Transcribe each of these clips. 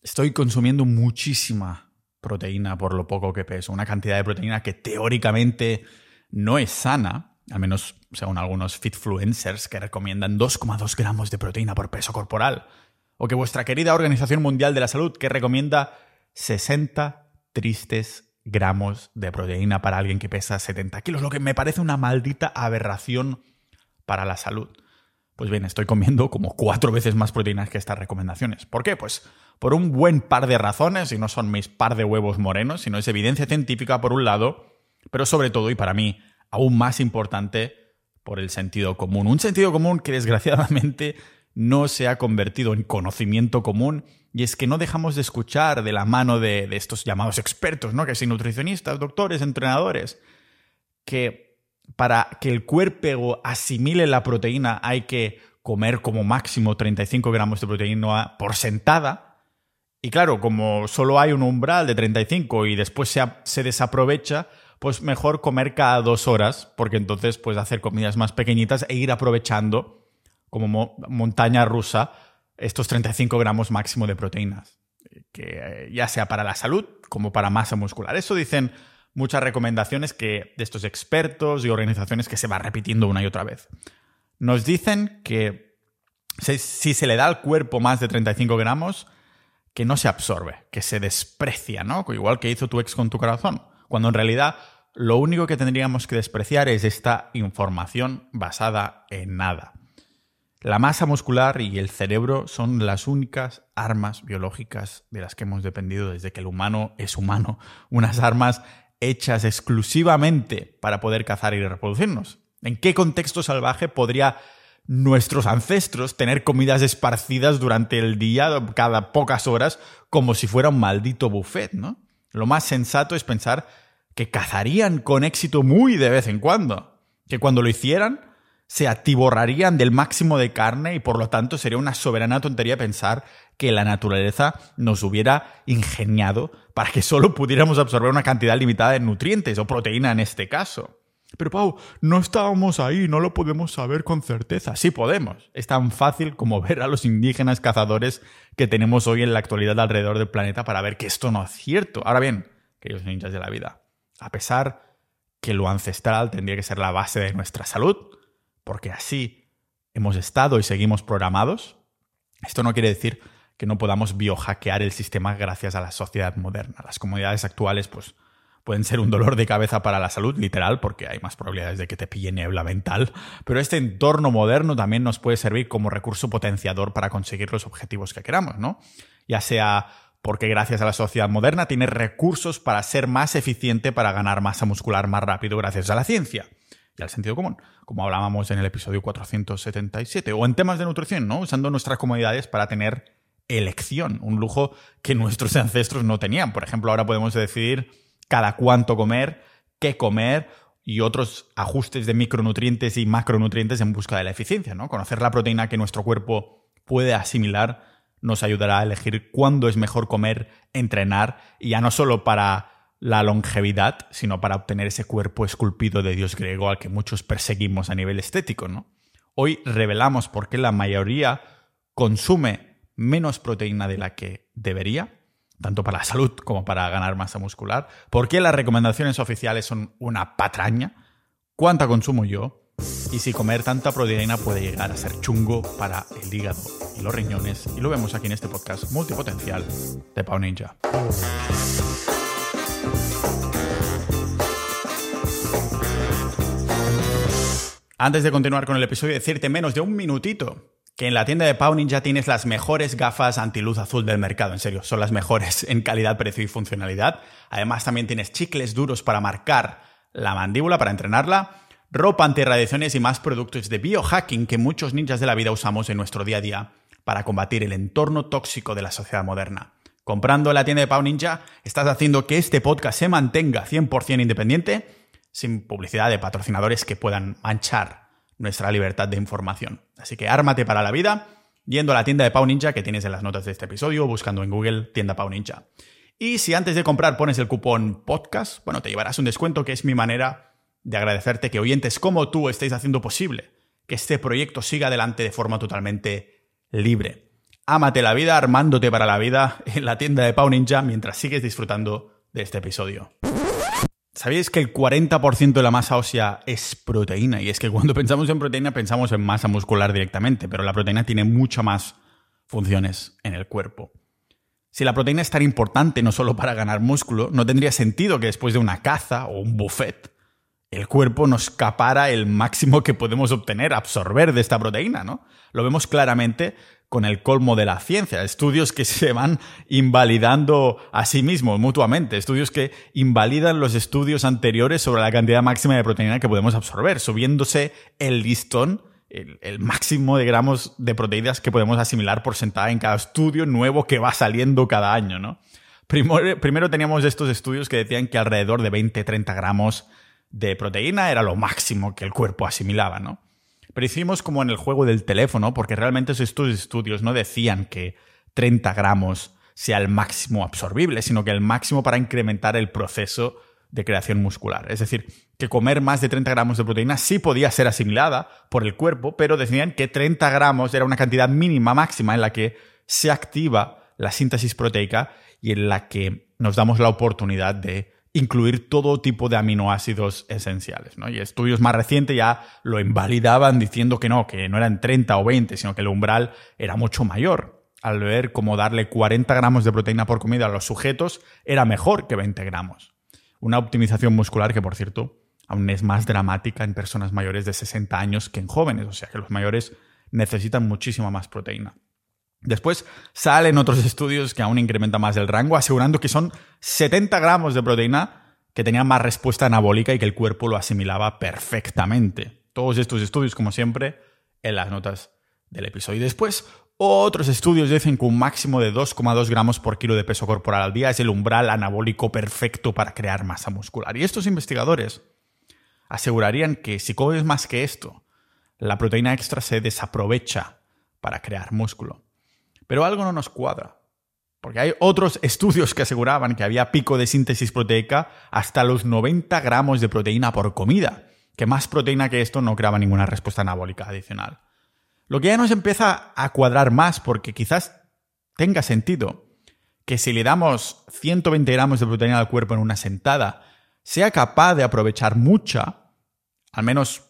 estoy consumiendo muchísima proteína por lo poco que peso. Una cantidad de proteína que teóricamente no es sana, al menos según algunos fitfluencers que recomiendan 2,2 gramos de proteína por peso corporal. O que vuestra querida Organización Mundial de la Salud que recomienda 60 tristes gramos de proteína para alguien que pesa 70 kilos, lo que me parece una maldita aberración para la salud. Pues bien, estoy comiendo como 4 veces más proteínas que estas recomendaciones. ¿Por qué? Pues por un buen par de razones, y no son mis par de huevos morenos, sino es evidencia científica por un lado, pero sobre todo, y para mí aún más importante, por el sentido común. Un sentido común que desgraciadamente no se ha convertido en conocimiento común, y es que no dejamos de escuchar de la mano de estos llamados expertos, ¿no? Que son nutricionistas, doctores, entrenadores, que para que el cuerpo asimile la proteína hay que comer como máximo 35 gramos de proteína por sentada. Y claro, como solo hay un umbral de 35 y después se desaprovecha, pues mejor comer cada 2 horas, porque entonces puedes hacer comidas más pequeñitas e ir aprovechando como montaña rusa estos 35 gramos máximo de proteínas, que ya sea para la salud como para masa muscular. Eso dicen muchas recomendaciones de estos expertos y organizaciones que se va repitiendo una y otra vez. Nos dicen que si se le da al cuerpo más de 35 gramos, que no se absorbe, que se desprecia, ¿no? Igual que hizo tu ex con tu corazón. Cuando en realidad lo único que tendríamos que despreciar es esta información basada en nada. La masa muscular y el cerebro son las únicas armas biológicas de las que hemos dependido desde que el humano es humano. Unas armas hechas exclusivamente para poder cazar y reproducirnos. ¿En qué contexto salvaje podría nuestros ancestros tener comidas esparcidas durante el día, cada pocas horas, como si fuera un maldito buffet, ¿no? Lo más sensato es pensar que cazarían con éxito muy de vez en cuando. Que cuando lo hicieran, se atiborrarían del máximo de carne y por lo tanto sería una soberana tontería pensar que la naturaleza nos hubiera ingeniado para que solo pudiéramos absorber una cantidad limitada de nutrientes o proteína en este caso. Pero Pau, no estábamos ahí, no lo podemos saber con certeza. Sí podemos. Es tan fácil como ver a los indígenas cazadores que tenemos hoy en la actualidad alrededor del planeta para ver que esto no es cierto. Ahora bien, queridos ninjas de la vida, a pesar que lo ancestral tendría que ser la base de nuestra salud, porque así hemos estado y seguimos programados, esto no quiere decir que no podamos biohackear el sistema gracias a la sociedad moderna. Las comodidades actuales pues, pueden ser un dolor de cabeza para la salud, literal, porque hay más probabilidades de que te pille niebla mental, pero este entorno moderno también nos puede servir como recurso potenciador para conseguir los objetivos que queramos, ¿no? Ya sea porque gracias a la sociedad moderna tienes recursos para ser más eficiente, para ganar masa muscular más rápido gracias a la ciencia y al sentido común, como hablábamos en el episodio 477, o en temas de nutrición, ¿no? Usando nuestras comodidades para tener elección, un lujo que nuestros ancestros no tenían. Por ejemplo, ahora podemos decidir cada cuánto comer, qué comer y otros ajustes de micronutrientes y macronutrientes en busca de la eficiencia, ¿no? Conocer la proteína que nuestro cuerpo puede asimilar nos ayudará a elegir cuándo es mejor comer, entrenar, y ya no solo para la longevidad, sino para obtener ese cuerpo esculpido de dios griego al que muchos perseguimos a nivel estético, ¿no? Hoy revelamos por qué la mayoría consume menos proteína de la que debería, tanto para la salud como para ganar masa muscular, por qué las recomendaciones oficiales son una patraña, cuánta consumo yo y si comer tanta proteína puede llegar a ser chungo para el hígado y los riñones. Y lo vemos aquí en este podcast multipotencial de Pau Ninja. Antes de continuar con el episodio, decirte menos de un minutito que en la tienda de Pau Ninja tienes las mejores gafas antiluz azul del mercado. En serio, son las mejores en calidad, precio y funcionalidad. Además, también tienes chicles duros para marcar la mandíbula, para entrenarla, ropa antirradiaciones y más productos de biohacking que muchos ninjas de la vida usamos en nuestro día a día para combatir el entorno tóxico de la sociedad moderna. Comprando en la tienda de Pau Ninja, estás haciendo que este podcast se mantenga 100% independiente, sin publicidad de patrocinadores que puedan manchar nuestra libertad de información. Así que ármate para la vida yendo a la tienda de Pau Ninja que tienes en las notas de este episodio o buscando en Google tienda Pau Ninja. Y si antes de comprar pones el cupón podcast, bueno, te llevarás un descuento que es mi manera de agradecerte que oyentes como tú estéis haciendo posible que este proyecto siga adelante de forma totalmente libre. ámate la vida armándote para la vida en la tienda de Pau Ninja mientras sigues disfrutando de este episodio. ¿Sabéis que el 40% de la masa ósea es proteína? Y es que cuando pensamos en proteína pensamos en masa muscular directamente, pero la proteína tiene muchas más funciones en el cuerpo. Si la proteína es tan importante no solo para ganar músculo, no tendría sentido que después de una caza o un buffet el cuerpo nos capara el máximo que podemos obtener, absorber de esta proteína, ¿no? Lo vemos claramente con el colmo de la ciencia, estudios que se van invalidando a sí mismos mutuamente, estudios que invalidan los estudios anteriores sobre la cantidad máxima de proteína que podemos absorber, subiéndose el listón, el máximo de gramos de proteínas que podemos asimilar por sentada en cada estudio nuevo que va saliendo cada año, ¿no? Primero teníamos estos estudios que decían que alrededor de 20-30 gramos de proteína era lo máximo que el cuerpo asimilaba, ¿no? Pero hicimos como en el juego del teléfono, porque realmente estos estudios no decían que 30 gramos sea el máximo absorbible, sino que el máximo para incrementar el proceso de creación muscular. Es decir, que comer más de 30 gramos de proteína sí podía ser asimilada por el cuerpo, pero decían que 30 gramos era una cantidad mínima máxima en la que se activa la síntesis proteica y en la que nos damos la oportunidad de incluir todo tipo de aminoácidos esenciales, ¿no? Y estudios más recientes ya lo invalidaban diciendo que no eran 30 o 20, sino que el umbral era mucho mayor. Al ver cómo darle 40 gramos de proteína por comida a los sujetos era mejor que 20 gramos. Una optimización muscular que, por cierto, aún es más dramática en personas mayores de 60 años que en jóvenes, o sea que los mayores necesitan muchísima más proteína. Después salen otros estudios que aún incrementan más el rango, asegurando que son 70 gramos de proteína que tenían más respuesta anabólica y que el cuerpo lo asimilaba perfectamente. Todos estos estudios, como siempre, en las notas del episodio. Y después, otros estudios dicen que un máximo de 2,2 gramos por kilo de peso corporal al día es el umbral anabólico perfecto para crear masa muscular. Y estos investigadores asegurarían que si comes más que esto, la proteína extra se desaprovecha para crear músculo. Pero algo no nos cuadra, porque hay otros estudios que aseguraban que había pico de síntesis proteica hasta los 90 gramos de proteína por comida, que más proteína que esto no creaba ninguna respuesta anabólica adicional. Lo que ya nos empieza a cuadrar más, porque quizás tenga sentido que si le damos 120 gramos de proteína al cuerpo en una sentada, sea capaz de aprovechar mucha, al menos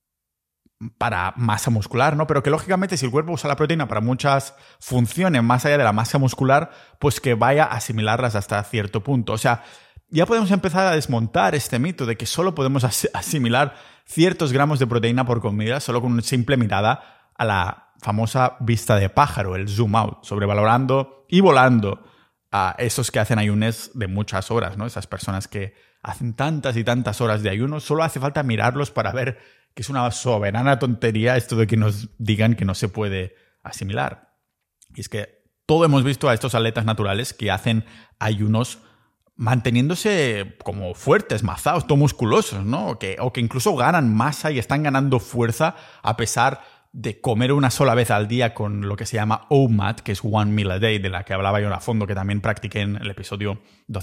para masa muscular, ¿no? Pero que lógicamente si el cuerpo usa la proteína para muchas funciones más allá de la masa muscular, pues que vaya a asimilarlas hasta cierto punto. O sea, ya podemos empezar a desmontar este mito de que solo podemos asimilar ciertos gramos de proteína por comida solo con una simple mirada a la famosa vista de pájaro, el zoom out, sobrevalorando y volando a esos que hacen ayunos de muchas horas, ¿no? Esas personas que hacen tantas y tantas horas de ayuno, solo hace falta mirarlos para ver que es una soberana tontería esto de que nos digan que no se puede asimilar. Y es que todo hemos visto a estos atletas naturales que hacen ayunos manteniéndose como fuertes, mazados, todo musculosos, ¿no? O que incluso ganan masa y están ganando fuerza a pesar de comer una sola vez al día con lo que se llama OMAD, que es One Meal a Day, de la que hablaba yo a fondo, que también practiqué en el episodio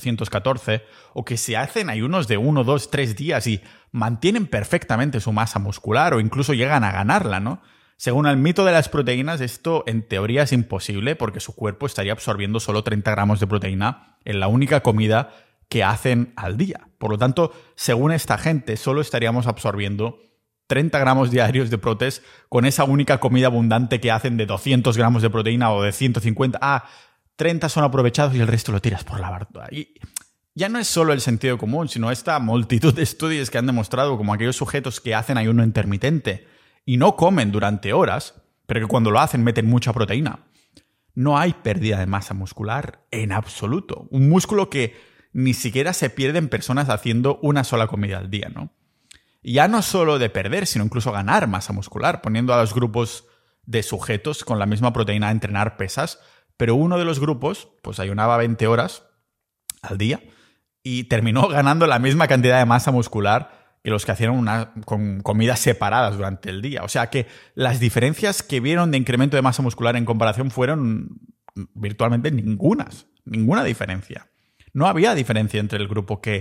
214, o que se hacen ayunos de 1, 2, 3 días y mantienen perfectamente su masa muscular o incluso llegan a ganarla, ¿no? Según el mito de las proteínas, esto en teoría es imposible porque su cuerpo estaría absorbiendo solo 30 gramos de proteína en la única comida que hacen al día. Por lo tanto, según esta gente, solo estaríamos absorbiendo 30 gramos diarios de proteínas con esa única comida abundante que hacen de 200 gramos de proteína o de 150. 30 son aprovechados y el resto lo tiras por la barda. Y ya no es solo el sentido común, sino esta multitud de estudios que han demostrado como aquellos sujetos que hacen ayuno intermitente y no comen durante horas, pero que cuando lo hacen meten mucha proteína. No hay pérdida de masa muscular en absoluto. Un músculo que ni siquiera se pierde en personas haciendo una sola comida al día, ¿no? Y ya no solo de perder, sino incluso ganar masa muscular, poniendo a los grupos de sujetos con la misma proteína a entrenar pesas, pero uno de los grupos pues ayunaba 20 horas al día y terminó ganando la misma cantidad de masa muscular que los que hacían con comidas separadas durante el día. O sea que las diferencias que vieron de incremento de masa muscular en comparación fueron virtualmente ninguna diferencia. No había diferencia entre el grupo que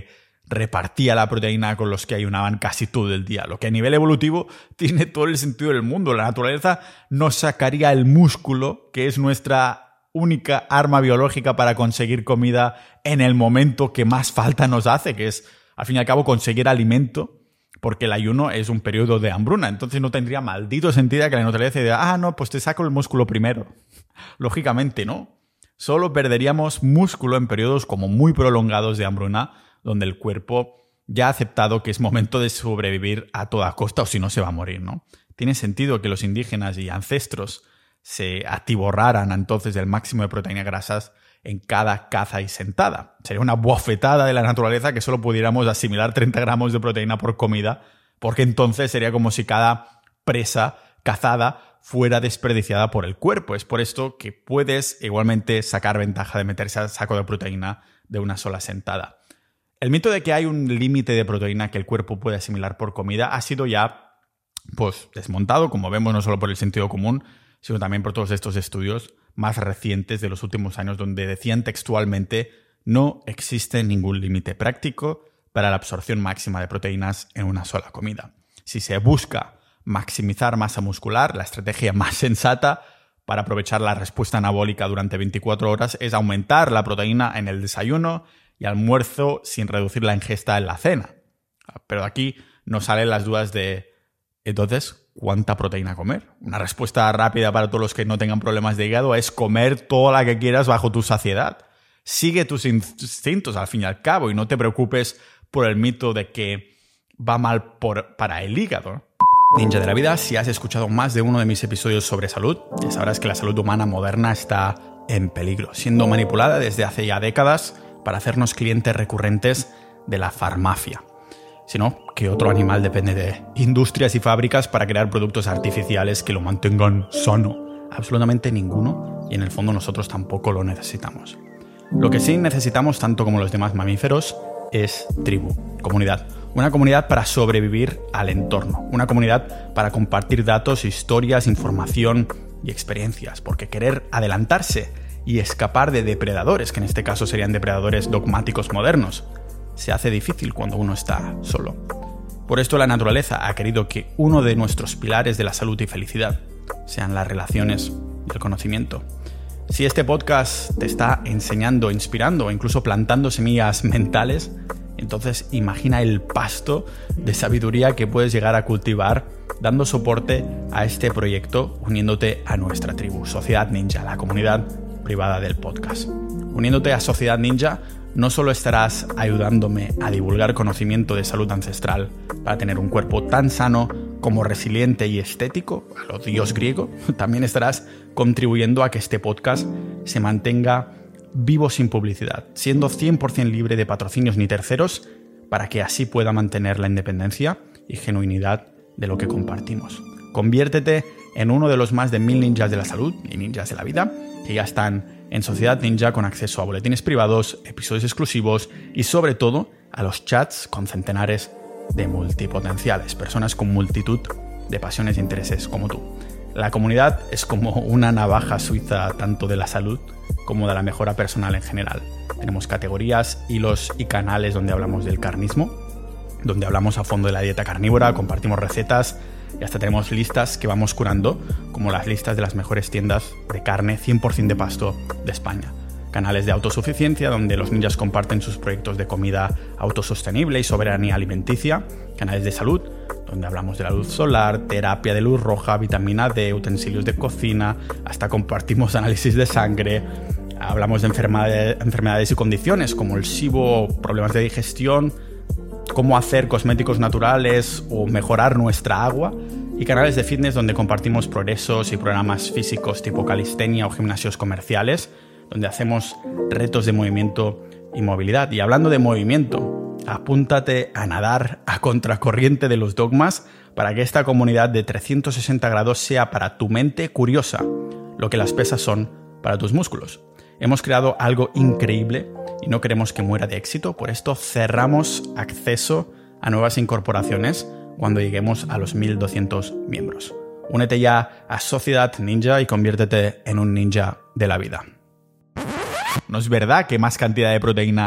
repartía la proteína con los que ayunaban casi todo el día. Lo que a nivel evolutivo tiene todo el sentido del mundo. La naturaleza nos sacaría el músculo, que es nuestra única arma biológica para conseguir comida en el momento que más falta nos hace, que es, al fin y al cabo, conseguir alimento, porque el ayuno es un periodo de hambruna. Entonces no tendría maldito sentido que la naturaleza diga, no, pues te saco el músculo primero. Lógicamente no. Solo perderíamos músculo en periodos como muy prolongados de hambruna, donde el cuerpo ya ha aceptado que es momento de sobrevivir a toda costa o si no se va a morir, ¿no? Tiene sentido que los indígenas y ancestros se atiborraran entonces del máximo de proteínas grasas en cada caza y sentada. Sería una bofetada de la naturaleza que solo pudiéramos asimilar 30 gramos de proteína por comida, porque entonces sería como si cada presa cazada fuera desperdiciada por el cuerpo. Es por esto que puedes igualmente sacar ventaja de meterse al saco de proteína de una sola sentada. El mito de que hay un límite de proteína que el cuerpo puede asimilar por comida ha sido ya desmontado, como vemos, no solo por el sentido común, sino también por todos estos estudios más recientes de los últimos años donde decían textualmente no existe ningún límite práctico para la absorción máxima de proteínas en una sola comida. Si se busca maximizar masa muscular, la estrategia más sensata para aprovechar la respuesta anabólica durante 24 horas es aumentar la proteína en el desayuno y almuerzo sin reducir la ingesta en la cena. Pero aquí nos salen las dudas de, entonces, ¿cuánta proteína comer? Una respuesta rápida para todos los que no tengan problemas de hígado es comer toda la que quieras bajo tu saciedad. Sigue tus instintos al fin y al cabo y no te preocupes por el mito de que va mal para el hígado. Ninja de la vida, si has escuchado más de uno de mis episodios sobre salud, ya sabrás que la salud humana moderna está en peligro, siendo manipulada desde hace ya décadas para hacernos clientes recurrentes de la farmacia. Sino que otro animal depende de industrias y fábricas para crear productos artificiales que lo mantengan sano. Absolutamente ninguno, y en el fondo nosotros tampoco lo necesitamos. Lo que sí necesitamos, tanto como los demás mamíferos, es tribu, comunidad. Una comunidad para sobrevivir al entorno. Una comunidad para compartir datos, historias, información y experiencias. Porque querer adelantarse y escapar de depredadores, que en este caso serían depredadores dogmáticos modernos, se hace difícil cuando uno está solo. Por esto la naturaleza ha querido que uno de nuestros pilares de la salud y felicidad sean las relaciones y el conocimiento. Si este podcast te está enseñando, inspirando o incluso plantando semillas mentales, entonces imagina el pasto de sabiduría que puedes llegar a cultivar dando soporte a este proyecto uniéndote a nuestra tribu, Sociedad Ninja, la comunidad privada del podcast. Uniéndote a Sociedad Ninja, no solo estarás ayudándome a divulgar conocimiento de salud ancestral para tener un cuerpo tan sano como resiliente y estético, a lo dios griego, también estarás contribuyendo a que este podcast se mantenga vivo sin publicidad, siendo 100% libre de patrocinios ni terceros, para que así pueda mantener la independencia y genuinidad de lo que compartimos. Conviértete en uno de los más de 1000 ninjas de la salud y ninjas de la vida que ya están en Sociedad Ninja con acceso a boletines privados, episodios exclusivos y sobre todo a los chats con centenares de multipotenciales, personas con multitud de pasiones e intereses como tú. La comunidad es como una navaja suiza tanto de la salud como de la mejora personal en general. Tenemos categorías, hilos y canales donde hablamos del carnismo, donde hablamos a fondo de la dieta carnívora, compartimos recetas y hasta tenemos listas que vamos curando, como las listas de las mejores tiendas de carne 100% de pasto de España. Canales de autosuficiencia, donde los ninjas comparten sus proyectos de comida autosostenible y soberanía alimenticia. Canales de salud, donde hablamos de la luz solar, terapia de luz roja, vitamina D, utensilios de cocina, hasta compartimos análisis de sangre. Hablamos de enfermedades y condiciones como el SIBO, problemas de digestión, cómo hacer cosméticos naturales o mejorar nuestra agua, y canales de fitness donde compartimos progresos y programas físicos tipo calistenia o gimnasios comerciales, donde hacemos retos de movimiento y movilidad. Y hablando de movimiento, apúntate a nadar a contracorriente de los dogmas para que esta comunidad de 360 grados sea para tu mente curiosa lo que las pesas son para tus músculos. Hemos creado algo increíble y no queremos que muera de éxito, por esto cerramos acceso a nuevas incorporaciones cuando lleguemos a los 1200 miembros. Únete ya a Sociedad Ninja y conviértete en un ninja de la vida. No es verdad que más cantidad de proteína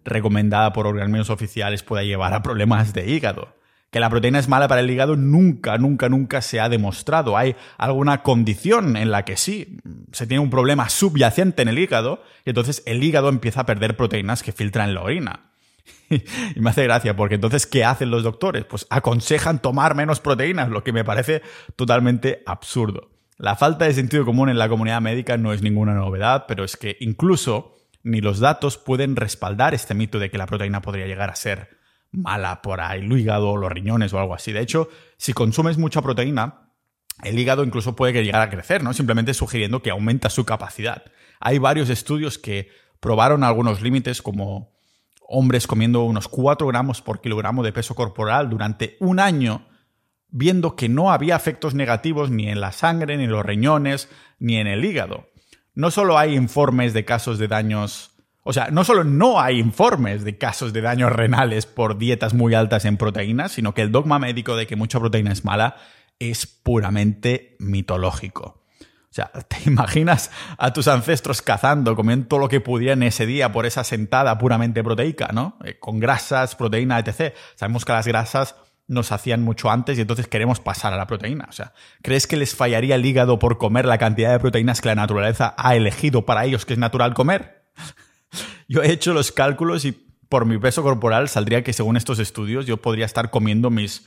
recomendada por organismos oficiales pueda llevar a problemas de hígado. Que la proteína es mala para el hígado nunca se ha demostrado. Hay alguna condición en la que sí, se tiene un problema subyacente en el hígado y entonces el hígado empieza a perder proteínas que filtran en la orina. Y me hace gracia porque entonces, ¿qué hacen los doctores? Pues aconsejan tomar menos proteínas, lo que me parece totalmente absurdo. La falta de sentido común en la comunidad médica no es ninguna novedad, pero es que incluso ni los datos pueden respaldar este mito de que la proteína podría llegar a ser mala para el hígado, los riñones o algo así. De hecho, si consumes mucha proteína, el hígado incluso puede llegar a crecer, ¿no? Simplemente sugiriendo que aumenta su capacidad. Hay varios estudios que probaron algunos límites, como hombres comiendo unos 4 gramos por kilogramo de peso corporal durante un año, viendo que no había efectos negativos ni en la sangre, ni en los riñones, ni en el hígado. No solo hay informes de casos de daños... O sea, no solo no hay informes de casos de daños renales por dietas muy altas en proteínas, sino que el dogma médico de que mucha proteína es mala es puramente mitológico. O sea, ¿te imaginas a tus ancestros cazando, comiendo todo lo que pudieran ese día por esa sentada puramente proteica, ¿no? Con grasas, proteína, etc. Sabemos que las grasas nos hacían mucho antes y entonces queremos pasar a la proteína. O sea, ¿crees que les fallaría el hígado por comer la cantidad de proteínas que la naturaleza ha elegido para ellos que es natural comer? Yo he hecho los cálculos y por mi peso corporal saldría que según estos estudios yo podría estar comiendo mis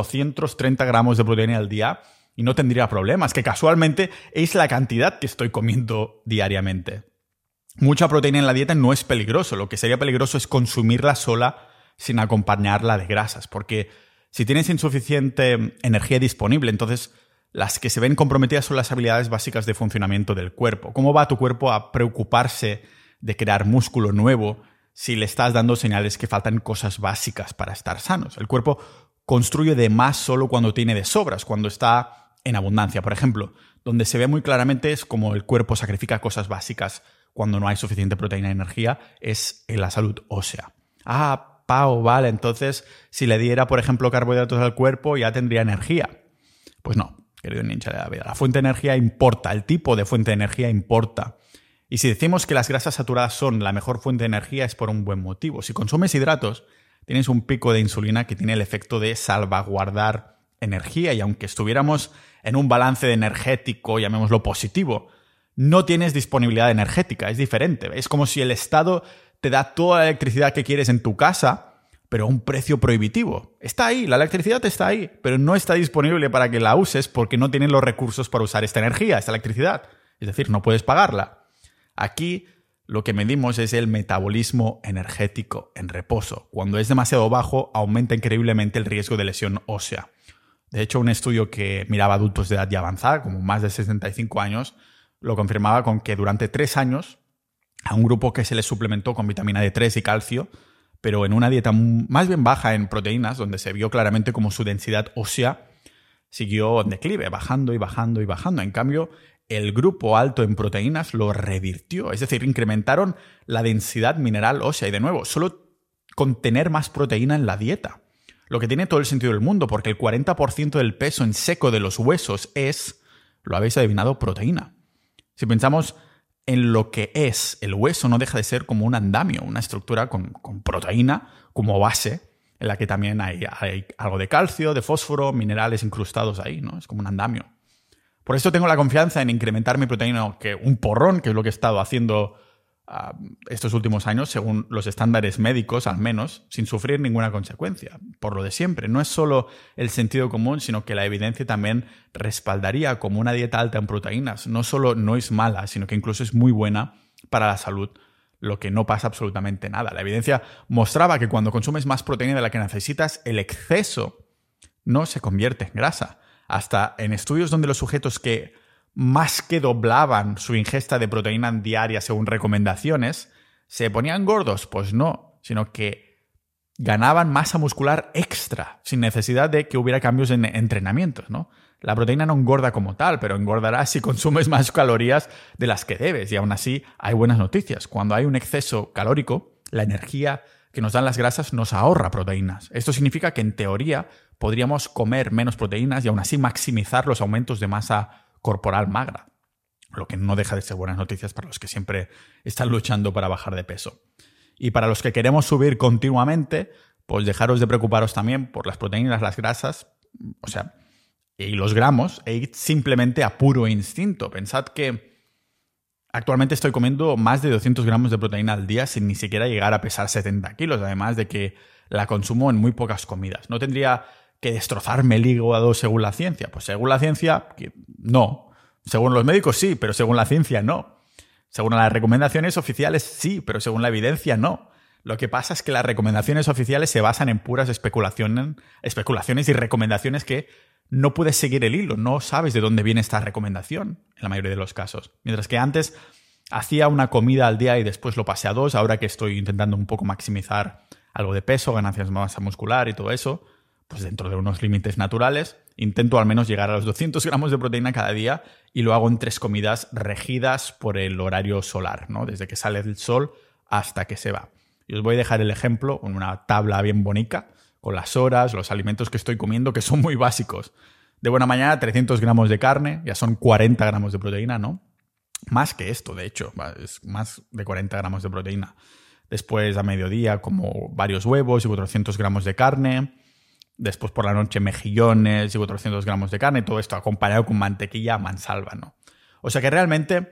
230 gramos de proteína al día y no tendría problemas, que casualmente es la cantidad que estoy comiendo diariamente. Mucha proteína en la dieta no es peligroso, lo que sería peligroso es consumirla sola sin acompañarla de grasas, porque si tienes insuficiente energía disponible, entonces las que se ven comprometidas son las habilidades básicas de funcionamiento del cuerpo. ¿Cómo va tu cuerpo a preocuparse de crear músculo nuevo si le estás dando señales que faltan cosas básicas para estar sanos? El cuerpo construye de más solo cuando tiene de sobras, cuando está en abundancia. Por ejemplo, donde se ve muy claramente es como el cuerpo sacrifica cosas básicas cuando no hay suficiente proteína y energía, es en la salud ósea. Ah, Pau, vale, entonces si le diera, por ejemplo, carbohidratos al cuerpo ya tendría energía. Pues no, querido ninja de la vida. La fuente de energía importa, el tipo de fuente de energía importa. Y si decimos que las grasas saturadas son la mejor fuente de energía es por un buen motivo. Si consumes hidratos, tienes un pico de insulina que tiene el efecto de salvaguardar energía y aunque estuviéramos en un balance energético, llamémoslo positivo, no tienes disponibilidad energética, es diferente. Es como si el Estado te da toda la electricidad que quieres en tu casa, pero a un precio prohibitivo. Está ahí, la electricidad está ahí, pero no está disponible para que la uses porque no tienes los recursos para usar esta energía, esta electricidad. Es decir, no puedes pagarla. Aquí lo que medimos es el metabolismo energético en reposo. Cuando es demasiado bajo, aumenta increíblemente el riesgo de lesión ósea. De hecho, un estudio que miraba adultos de edad ya avanzada, como más de 65 años, lo confirmaba con que durante 3 años a un grupo que se les suplementó con vitamina D3 y calcio, pero en una dieta más bien baja en proteínas, donde se vio claramente como su densidad ósea siguió en declive, bajando y bajando y bajando. En cambio, el grupo alto en proteínas lo revirtió, es decir, incrementaron la densidad mineral ósea y de nuevo, solo con tener más proteína en la dieta. Lo que tiene todo el sentido del mundo, porque el 40% del peso en seco de los huesos es, lo habéis adivinado, proteína. Si pensamos en lo que es el hueso, no deja de ser como un andamio, una estructura con proteína como base, en la que también hay algo de calcio, de fósforo, minerales incrustados ahí, ¿no? Es como un andamio. Por eso tengo la confianza en incrementar mi proteína, que un porrón, que es lo que he estado haciendo estos últimos años, según los estándares médicos, al menos, sin sufrir ninguna consecuencia. Por lo de siempre. No es solo el sentido común, sino que la evidencia también respaldaría como una dieta alta en proteínas. No solo no es mala, sino que incluso es muy buena para la salud, lo que no pasa absolutamente nada. La evidencia mostraba que cuando consumes más proteína de la que necesitas, el exceso no se convierte en grasa. Hasta en estudios donde los sujetos que más que doblaban su ingesta de proteína diaria según recomendaciones, ¿se ponían gordos? Pues no, sino que ganaban masa muscular extra, sin necesidad de que hubiera cambios en entrenamientos, ¿no? La proteína no engorda como tal, pero engordará si consumes más calorías de las que debes. Y aún así hay buenas noticias. Cuando hay un exceso calórico, la energía que nos dan las grasas nos ahorra proteínas. Esto significa que en teoría podríamos comer menos proteínas y aún así maximizar los aumentos de masa corporal magra, lo que no deja de ser buenas noticias para los que siempre están luchando para bajar de peso. Y para los que queremos subir continuamente, pues dejaros de preocuparos también por las proteínas, las grasas, y los gramos, e ir simplemente a puro instinto. Pensad que actualmente estoy comiendo más de 200 gramos de proteína al día sin ni siquiera llegar a pesar 70 kilos, además de que la consumo en muy pocas comidas. No tendría que destrozarme el hígado según la ciencia. Pues según la ciencia, no. Según los médicos sí, pero según la ciencia no. Según las recomendaciones oficiales sí, pero según la evidencia no. Lo que pasa es que las recomendaciones oficiales se basan en puras especulaciones y recomendaciones que no puedes seguir el hilo, no sabes de dónde viene esta recomendación en la mayoría de los casos. Mientras que antes hacía una comida al día y después lo pasé a 2, ahora que estoy intentando un poco maximizar algo de peso, ganancias de masa muscular y todo eso, pues dentro de unos límites naturales, intento al menos llegar a los 200 gramos de proteína cada día y lo hago en 3 comidas regidas por el horario solar, ¿no? Desde que sale el sol hasta que se va. Y os voy a dejar el ejemplo en una tabla bien bonita, con las horas, los alimentos que estoy comiendo, que son muy básicos. De buena mañana, 300 gramos de carne, ya son 40 gramos de proteína, ¿no? Más que esto, de hecho, es más de 40 gramos de proteína. Después, a mediodía, como varios huevos y 400 gramos de carne. Después, por la noche, mejillones y 400 gramos de carne. Todo esto acompañado con mantequilla a mansalva, ¿no? O sea que realmente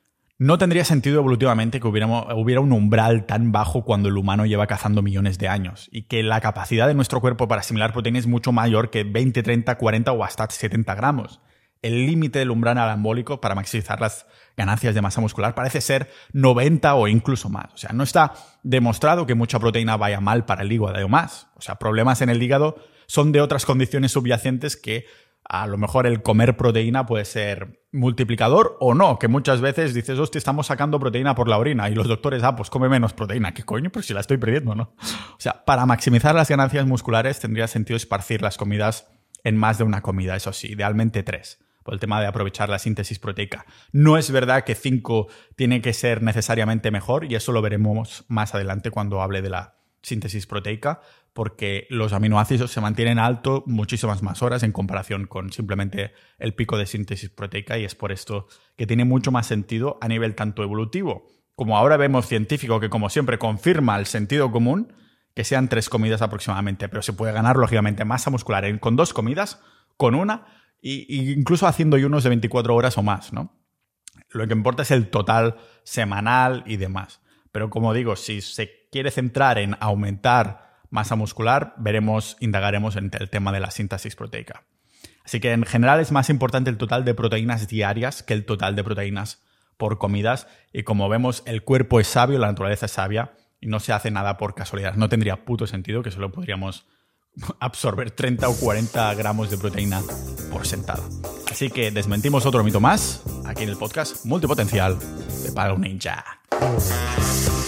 no tendría sentido evolutivamente que hubiera un umbral tan bajo cuando el humano lleva cazando millones de años y que la capacidad de nuestro cuerpo para asimilar proteína es mucho mayor que 20, 30, 40 o hasta 70 gramos. El límite del umbral anabólico para maximizar las ganancias de masa muscular parece ser 90 o incluso más. O sea, no está demostrado que mucha proteína vaya mal para el hígado o más. O sea, problemas en el hígado son de otras condiciones subyacentes que a lo mejor el comer proteína puede ser multiplicador o no, que muchas veces dices, hostia, estamos sacando proteína por la orina y los doctores, pues come menos proteína. ¿Qué coño? Pues si la estoy perdiendo, ¿no? O sea, para maximizar las ganancias musculares tendría sentido esparcir las comidas en más de una comida, eso sí, idealmente 3, por el tema de aprovechar la síntesis proteica. No es verdad que 5 tiene que ser necesariamente mejor y eso lo veremos más adelante cuando hable de la síntesis proteica, porque los aminoácidos se mantienen alto muchísimas más horas en comparación con simplemente el pico de síntesis proteica y es por esto que tiene mucho más sentido a nivel tanto evolutivo como ahora vemos científico que como siempre confirma el sentido común que sean 3 comidas aproximadamente, pero se puede ganar lógicamente masa muscular con 2 comidas, con una y incluso haciendo ayunos de 24 horas o más, ¿no? Lo que importa es el total semanal y demás. Pero como digo, si se quiere centrar en aumentar masa muscular, indagaremos en el tema de la síntesis proteica. Así que en general es más importante el total de proteínas diarias que el total de proteínas por comidas. Y como vemos, el cuerpo es sabio, la naturaleza es sabia y no se hace nada por casualidad. No tendría puto sentido que solo podríamos absorber 30 o 40 gramos de proteína por sentada. Así que desmentimos otro mito más aquí en el podcast Multipotencial de Palo Ninja.